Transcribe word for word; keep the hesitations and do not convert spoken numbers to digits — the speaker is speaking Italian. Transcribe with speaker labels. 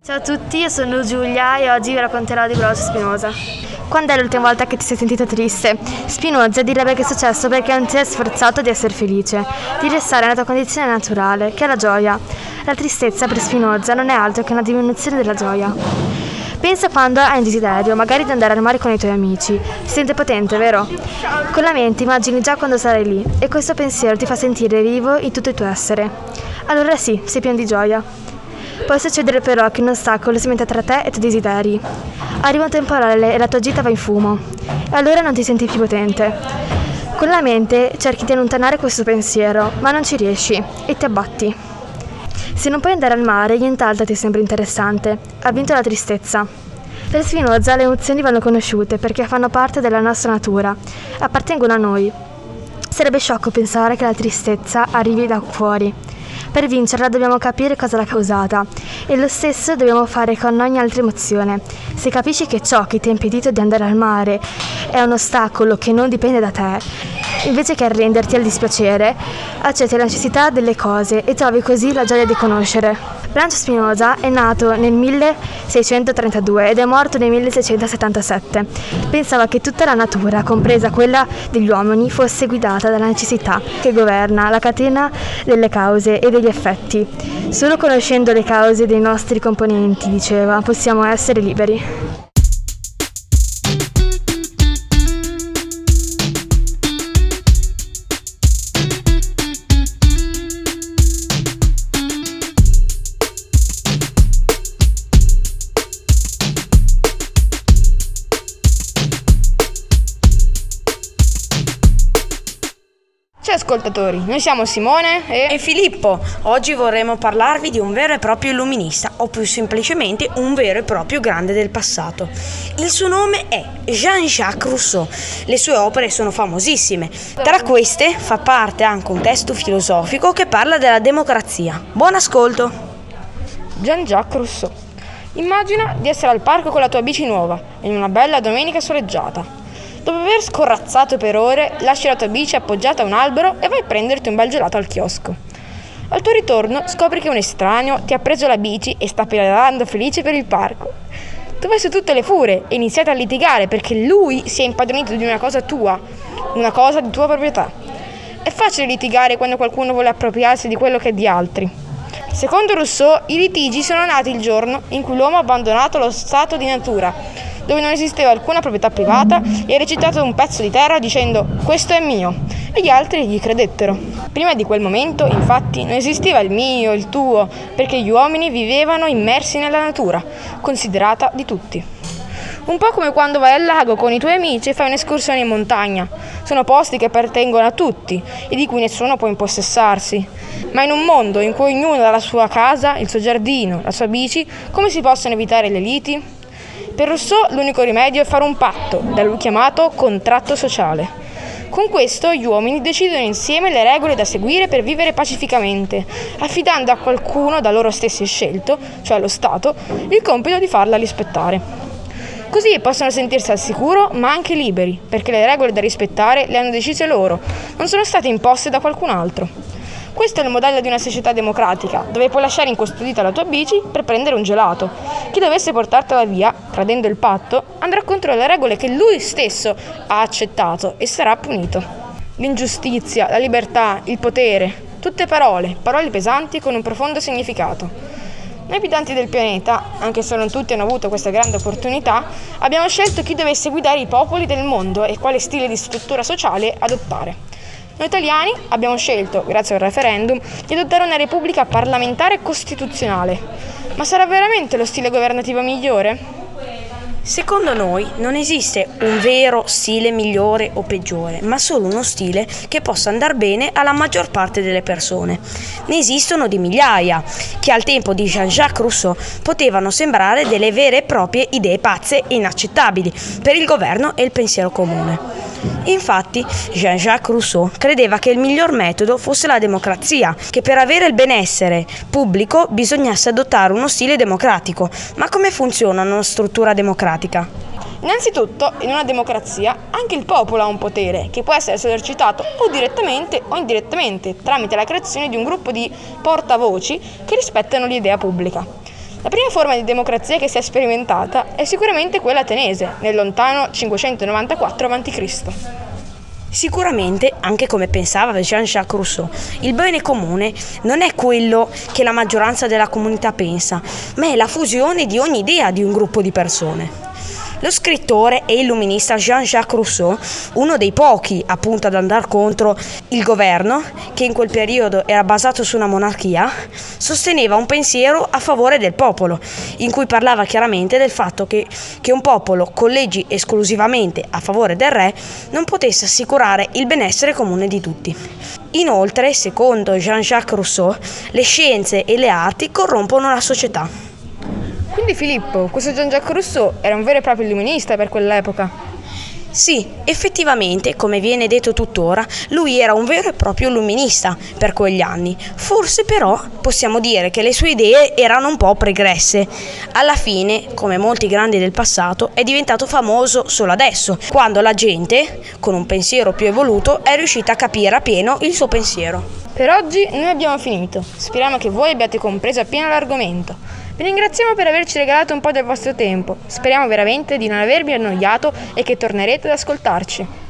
Speaker 1: Ciao a tutti, io sono Giulia e oggi vi racconterò di Glaucio Spinoza. Quando è l'ultima volta che ti sei sentito triste? Spinoza direbbe che è successo perché non ti sei sforzato di essere felice, di restare nella tua condizione naturale, che è la gioia. La tristezza per Spinoza non è altro che una diminuzione della gioia. Pensa quando hai un desiderio, magari di andare al mare con i tuoi amici. Ti sente potente, vero? Con la mente immagini già quando sarai lì e questo pensiero ti fa sentire vivo in tutto il tuo essere. Allora sì, sei pieno di gioia. Può succedere però che un ostacolo si metta tra te e i tuoi desideri. Arriva un temporale e la tua gita va in fumo. E allora non ti senti più potente. Con la mente cerchi di allontanare questo pensiero, ma non ci riesci e ti abbatti. Se non puoi andare al mare, nient'altro ti sembra interessante. Ha vinto la tristezza. Per Spinoza le emozioni vanno conosciute perché fanno parte della nostra natura, appartengono a noi. Sarebbe sciocco pensare che la tristezza arrivi da fuori. Per vincerla dobbiamo capire cosa l'ha causata e lo stesso dobbiamo fare con ogni altra emozione. Se capisci che ciò che ti ha impedito di andare al mare è un ostacolo che non dipende da te, invece che arrenderti al dispiacere, accetti la necessità delle cose e trovi così la gioia di conoscere. Glaucio Spinoza è nato nel milleseicentotrentadue ed è morto nel milleseicentosettantasette. Pensava che tutta la natura, compresa quella degli uomini, fosse guidata dalla necessità che governa la catena delle cause e degli effetti. Solo conoscendo le cause dei nostri componenti, diceva, possiamo essere liberi.
Speaker 2: Ciao ascoltatori, noi siamo Simone e...
Speaker 3: e Filippo. Oggi vorremmo parlarvi di un vero e proprio illuminista, o più semplicemente un vero e proprio grande del passato. Il suo nome è Jean-Jacques Rousseau. Le sue opere sono famosissime. Tra queste fa parte anche un testo filosofico che parla della democrazia. Buon ascolto.
Speaker 2: Jean-Jacques Rousseau. Immagina di essere al parco con la tua bici nuova, in una bella domenica soleggiata. Dopo aver scorrazzato per ore, lasci la tua bici appoggiata a un albero e vai a prenderti un bel gelato al chiosco. Al tuo ritorno scopri che un estraneo ti ha preso la bici e sta pedalando felice per il parco. Tu vai su tutte le furie e iniziate a litigare perché lui si è impadronito di una cosa tua, una cosa di tua proprietà. È facile litigare quando qualcuno vuole appropriarsi di quello che è di altri. Secondo Rousseau, i litigi sono nati il giorno in cui l'uomo ha abbandonato lo stato di natura, dove non esisteva alcuna proprietà privata, e ha recitato un pezzo di terra dicendo «questo è mio», e gli altri gli credettero. Prima di quel momento, infatti, non esisteva il mio, il tuo, perché gli uomini vivevano immersi nella natura, considerata di tutti. Un po' come quando vai al lago con i tuoi amici e fai un'escursione in montagna. Sono posti che appartengono a tutti e di cui nessuno può impossessarsi. Ma in un mondo in cui ognuno ha la sua casa, il suo giardino, la sua bici, come si possono evitare le liti? Per Rousseau l'unico rimedio è fare un patto, da lui chiamato contratto sociale. Con questo gli uomini decidono insieme le regole da seguire per vivere pacificamente, affidando a qualcuno da loro stessi scelto, cioè lo Stato, il compito di farla rispettare. Così possono sentirsi al sicuro ma anche liberi, perché le regole da rispettare le hanno decise loro, non sono state imposte da qualcun altro. Questo è il modello di una società democratica, dove puoi lasciare incustodita la tua bici per prendere un gelato. Chi dovesse portartela via, tradendo il patto, andrà contro le regole che lui stesso ha accettato e sarà punito. L'ingiustizia, la libertà, il potere, tutte parole, parole pesanti con un profondo significato. Noi abitanti del pianeta, anche se non tutti hanno avuto questa grande opportunità, abbiamo scelto chi dovesse guidare i popoli del mondo e quale stile di struttura sociale adottare. Noi italiani abbiamo scelto, grazie al referendum, di adottare una repubblica parlamentare costituzionale. Ma sarà veramente lo stile governativo migliore?
Speaker 3: Secondo noi non esiste un vero stile migliore o peggiore, ma solo uno stile che possa andare bene alla maggior parte delle persone. Ne esistono di migliaia, che al tempo di Jean-Jacques Rousseau potevano sembrare delle vere e proprie idee pazze e inaccettabili per il governo e il pensiero comune. Infatti, Jean-Jacques Rousseau credeva che il miglior metodo fosse la democrazia, che per avere il benessere pubblico bisognasse adottare uno stile democratico. Ma come funziona una struttura democratica?
Speaker 2: Innanzitutto, in una democrazia, anche il popolo ha un potere che può essere esercitato o direttamente o indirettamente tramite la creazione di un gruppo di portavoci che rispettano l'idea pubblica. La prima forma di democrazia che si è sperimentata è sicuramente quella ateniese, nel lontano cinquecentonovantaquattro avanti Cristo
Speaker 3: Sicuramente, anche come pensava Jean-Jacques Rousseau, il bene comune non è quello che la maggioranza della comunità pensa, ma è la fusione di ogni idea di un gruppo di persone. Lo scrittore e illuminista Jean-Jacques Rousseau, uno dei pochi appunto ad andare contro il governo, che in quel periodo era basato su una monarchia, sosteneva un pensiero a favore del popolo, in cui parlava chiaramente del fatto che, che un popolo con leggi esclusivamente a favore del re non potesse assicurare il benessere comune di tutti. Inoltre, secondo Jean-Jacques Rousseau, le scienze e le arti corrompono la società.
Speaker 2: Quindi Filippo, questo Jean-Jacques Rousseau era un vero e proprio illuminista per quell'epoca.
Speaker 3: Sì, effettivamente, come viene detto tuttora, lui era un vero e proprio illuminista per quegli anni. Forse però possiamo dire che le sue idee erano un po' pregresse. Alla fine, come molti grandi del passato, è diventato famoso solo adesso, quando la gente, con un pensiero più evoluto, è riuscita a capire appieno il suo pensiero.
Speaker 2: Per oggi noi abbiamo finito. Speriamo che voi abbiate compreso appieno l'argomento. Vi ringraziamo per averci regalato un po' del vostro tempo. Speriamo veramente di non avervi annoiato e che tornerete ad ascoltarci.